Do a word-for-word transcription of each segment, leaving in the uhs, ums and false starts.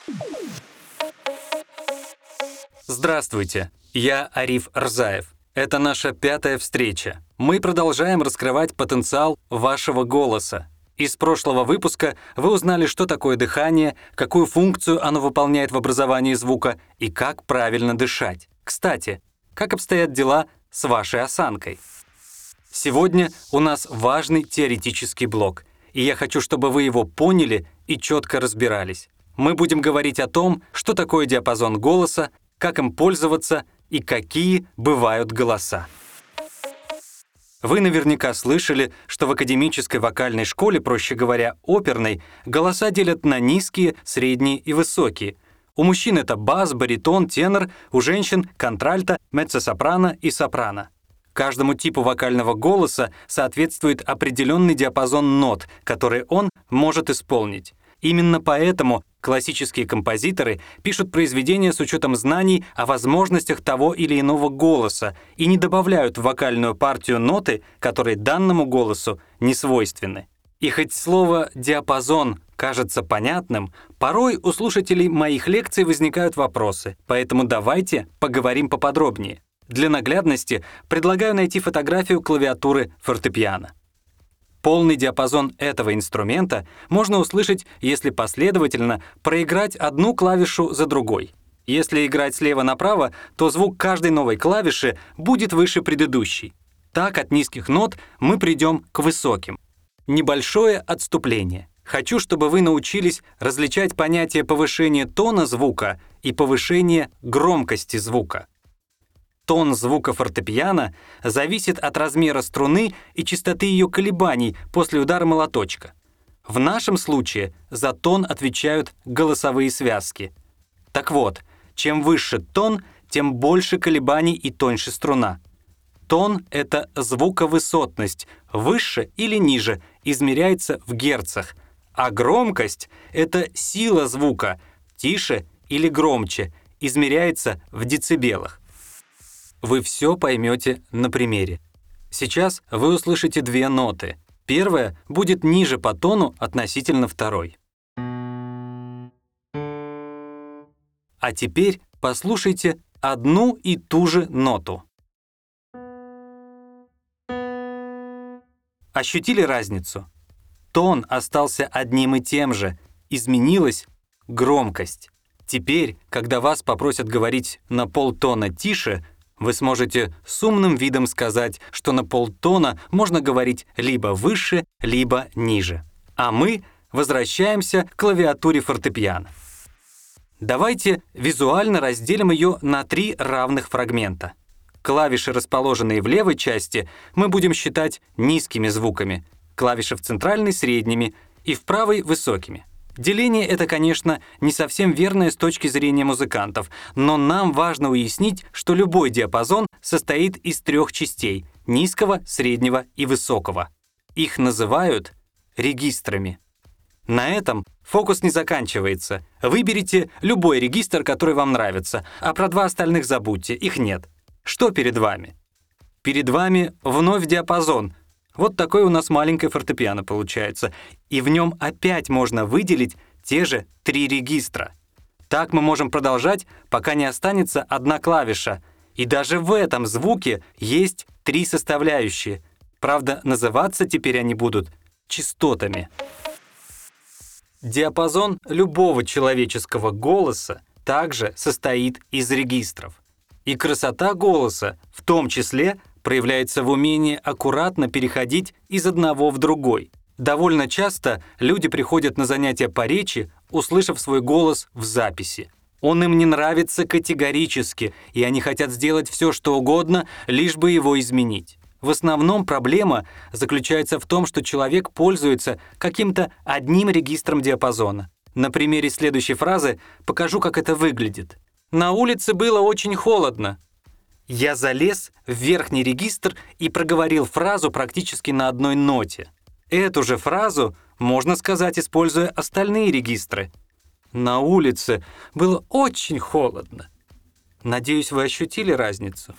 Здравствуйте, я Ариф Рзаев. Это наша пятая встреча. Мы продолжаем раскрывать потенциал вашего голоса. Из прошлого выпуска вы узнали, что такое дыхание, какую функцию оно выполняет в образовании звука и как правильно дышать. Кстати, как обстоят дела с вашей осанкой? Сегодня у нас важный теоретический блок, и я хочу, чтобы вы его поняли и четко разбирались. Мы будем говорить о том, что такое диапазон голоса, как им пользоваться и какие бывают голоса. Вы наверняка слышали, что в академической вокальной школе, проще говоря, оперной, голоса делят на низкие, средние и высокие. У мужчин это бас, баритон, тенор, у женщин — контральто, меццо-сопрано и сопрано. Каждому типу вокального голоса соответствует определенный диапазон нот, который он может исполнить. Именно поэтому классические композиторы пишут произведения с учетом знаний о возможностях того или иного голоса и не добавляют в вокальную партию ноты, которые данному голосу не свойственны. И хоть слово «диапазон» кажется понятным, порой у слушателей моих лекций возникают вопросы, поэтому давайте поговорим поподробнее. Для наглядности предлагаю найти фотографию клавиатуры фортепиано. Полный диапазон этого инструмента можно услышать, если последовательно проиграть одну клавишу за другой. Если играть слева направо, то звук каждой новой клавиши будет выше предыдущей. Так от низких нот мы придем к высоким. Небольшое отступление. Хочу, чтобы вы научились различать понятие повышения тона звука и повышения громкости звука. Тон звука фортепиано зависит от размера струны и частоты ее колебаний после удара молоточка. В нашем случае за тон отвечают голосовые связки. Так вот, чем выше тон, тем больше колебаний и тоньше струна. Тон — это звуковысотность, выше или ниже, измеряется в герцах, а громкость — это сила звука, тише или громче, измеряется в децибелах. Вы все поймете на примере. Сейчас вы услышите две ноты. Первая будет ниже по тону относительно второй. А теперь послушайте одну и ту же ноту. Ощутили разницу? Тон остался одним и тем же, изменилась громкость. Теперь, когда вас попросят говорить на полтона тише, вы сможете с умным видом сказать, что на полтона можно говорить либо выше, либо ниже. А мы возвращаемся к клавиатуре фортепиано. Давайте визуально разделим ее на три равных фрагмента. Клавиши, расположенные в левой части, мы будем считать низкими звуками, клавиши в центральной — средними и в правой — высокими. Деление это, конечно, не совсем верное с точки зрения музыкантов, но нам важно уяснить, что любой диапазон состоит из трех частей — низкого, среднего и высокого. Их называют регистрами. На этом фокус не заканчивается. Выберите любой регистр, который вам нравится, а про два остальных забудьте, их нет. Что перед вами? Перед вами вновь диапазон. Вот такое у нас маленькое фортепиано получается, и в нем опять можно выделить те же три регистра. Так мы можем продолжать, пока не останется одна клавиша, и даже в этом звуке есть три составляющие. Правда, называться теперь они будут частотами. Диапазон любого человеческого голоса также состоит из регистров. И красота голоса, в том числе, проявляется в умении аккуратно переходить из одного в другой. Довольно часто люди приходят на занятия по речи, услышав свой голос в записи. Он им не нравится категорически, и они хотят сделать все, что угодно, лишь бы его изменить. В основном проблема заключается в том, что человек пользуется каким-то одним регистром диапазона. На примере следующей фразы покажу, как это выглядит. «На улице было очень холодно». Я залез в верхний регистр и проговорил фразу практически на одной ноте. Эту же фразу можно сказать, используя остальные регистры. На улице было очень холодно. Надеюсь, вы ощутили разницу.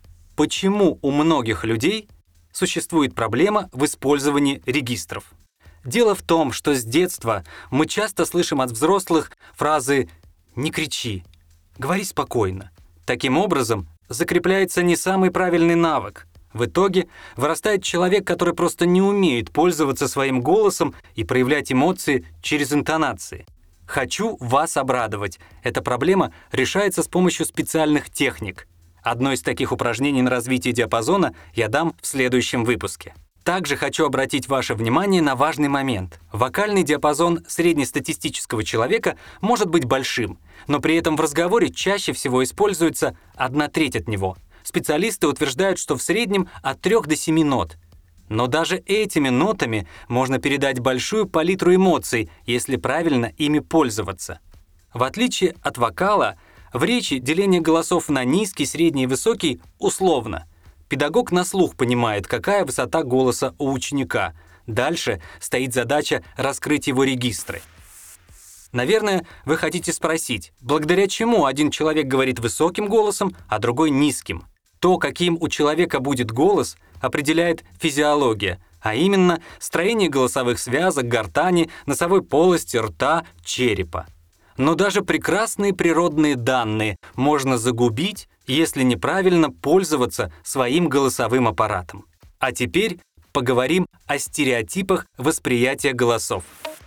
Почему у многих людей существует проблема в использовании регистров? Дело в том, что с детства мы часто слышим от взрослых фразы «не кричи», «говори спокойно». Таким образом, закрепляется не самый правильный навык. В итоге вырастает человек, который просто не умеет пользоваться своим голосом и проявлять эмоции через интонации. Хочу вас обрадовать. Эта проблема решается с помощью специальных техник. Одно из таких упражнений на развитие диапазона я дам в следующем выпуске. Также хочу обратить ваше внимание на важный момент. Вокальный диапазон среднестатистического человека может быть большим, но при этом в разговоре чаще всего используется одна треть от него. Специалисты утверждают, что в среднем от трёх до семи нот. Но даже этими нотами можно передать большую палитру эмоций, если правильно ими пользоваться. В отличие от вокала, в речи деление голосов на низкий, средний и высокий условно. Педагог на слух понимает, какая высота голоса у ученика. Дальше стоит задача раскрыть его регистры. Наверное, вы хотите спросить, благодаря чему один человек говорит высоким голосом, а другой низким? То, каким у человека будет голос, определяет физиология, а именно строение голосовых связок, гортани, носовой полости, рта, черепа. Но даже прекрасные природные данные можно загубить, если неправильно пользоваться своим голосовым аппаратом. А теперь поговорим о стереотипах восприятия голосов.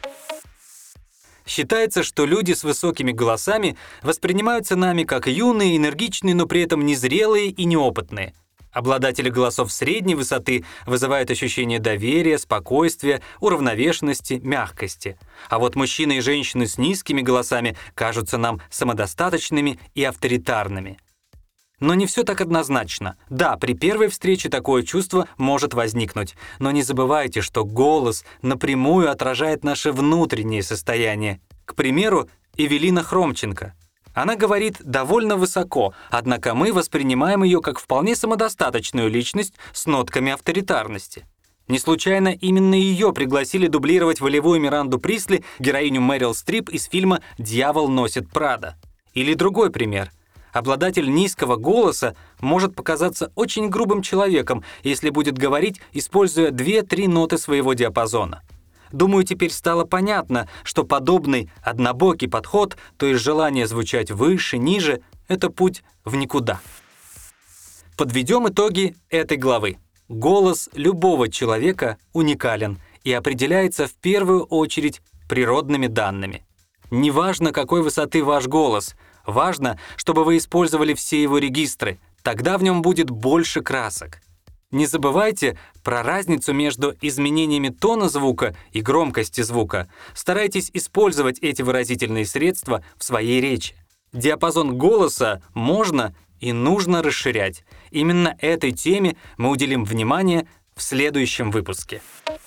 Считается, что люди с высокими голосами воспринимаются нами как юные, энергичные, но при этом незрелые и неопытные. Обладатели голосов средней высоты вызывают ощущение доверия, спокойствия, уравновешенности, мягкости. А вот мужчины и женщины с низкими голосами кажутся нам самодостаточными и авторитарными. Но не все так однозначно. Да, при первой встрече такое чувство может возникнуть, но не забывайте, что голос напрямую отражает наше внутреннее состояние. К примеру, Эвелина Хромченко. Она говорит довольно высоко, однако мы воспринимаем ее как вполне самодостаточную личность с нотками авторитарности. Не случайно именно ее пригласили дублировать волевую Миранду Присли, героиню Мэрил Стрип из фильма «Дьявол носит Прада». Или другой пример. Обладатель низкого голоса может показаться очень грубым человеком, если будет говорить, используя две-три ноты своего диапазона. Думаю, теперь стало понятно, что подобный однобокий подход, то есть желание звучать выше, ниже — это путь в никуда. Подведем итоги этой главы. Голос любого человека уникален и определяется в первую очередь природными данными. Неважно, какой высоты ваш голос, важно, чтобы вы использовали все его регистры, тогда в нем будет больше красок. Не забывайте про разницу между изменениями тона звука и громкости звука. Старайтесь использовать эти выразительные средства в своей речи. Диапазон голоса можно и нужно расширять. Именно этой теме мы уделим внимание в следующем выпуске.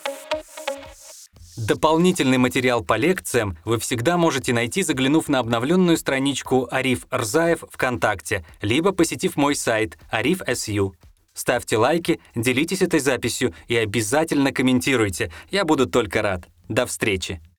Дополнительный материал по лекциям вы всегда можете найти, заглянув на обновленную страничку Ариф Рзаев ВКонтакте, либо посетив мой сайт ариф точка эс ю. Ставьте лайки, делитесь этой записью и обязательно комментируйте. Я буду только рад. До встречи!